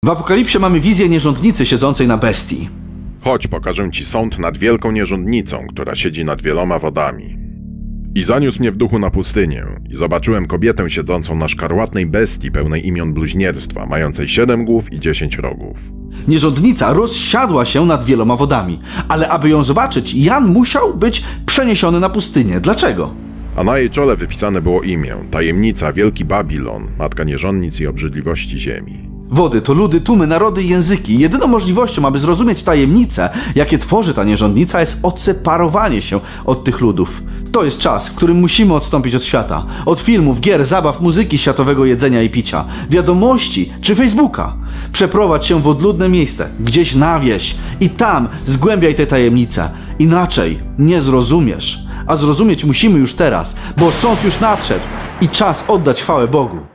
W Apokalipsie mamy wizję nierządnicy siedzącej na bestii. Chodź, pokażę ci sąd nad wielką nierządnicą, która siedzi nad wieloma wodami. I zaniósł mnie w duchu na pustynię i zobaczyłem kobietę siedzącą na szkarłatnej bestii pełnej imion bluźnierstwa, mającej 7 głów i 10 rogów. Nierządnica rozsiadła się nad wieloma wodami, ale aby ją zobaczyć, Jan musiał być przeniesiony na pustynię. Dlaczego? A na jej czole wypisane było imię, tajemnica, wielki Babilon, matka nierządnic i obrzydliwości ziemi. Wody to ludy, tłumy, narody i języki. Jedyną możliwością, aby zrozumieć tajemnice, jakie tworzy ta nierządnica, jest odseparowanie się od tych ludów. To jest czas, w którym musimy odstąpić od świata. Od filmów, gier, zabaw, muzyki, światowego jedzenia i picia, wiadomości czy Facebooka. Przeprowadź się w odludne miejsce, gdzieś na wieś i tam zgłębiaj te tajemnice. Inaczej nie zrozumiesz. A zrozumieć musimy już teraz, bo sąd już nadszedł i czas oddać chwałę Bogu.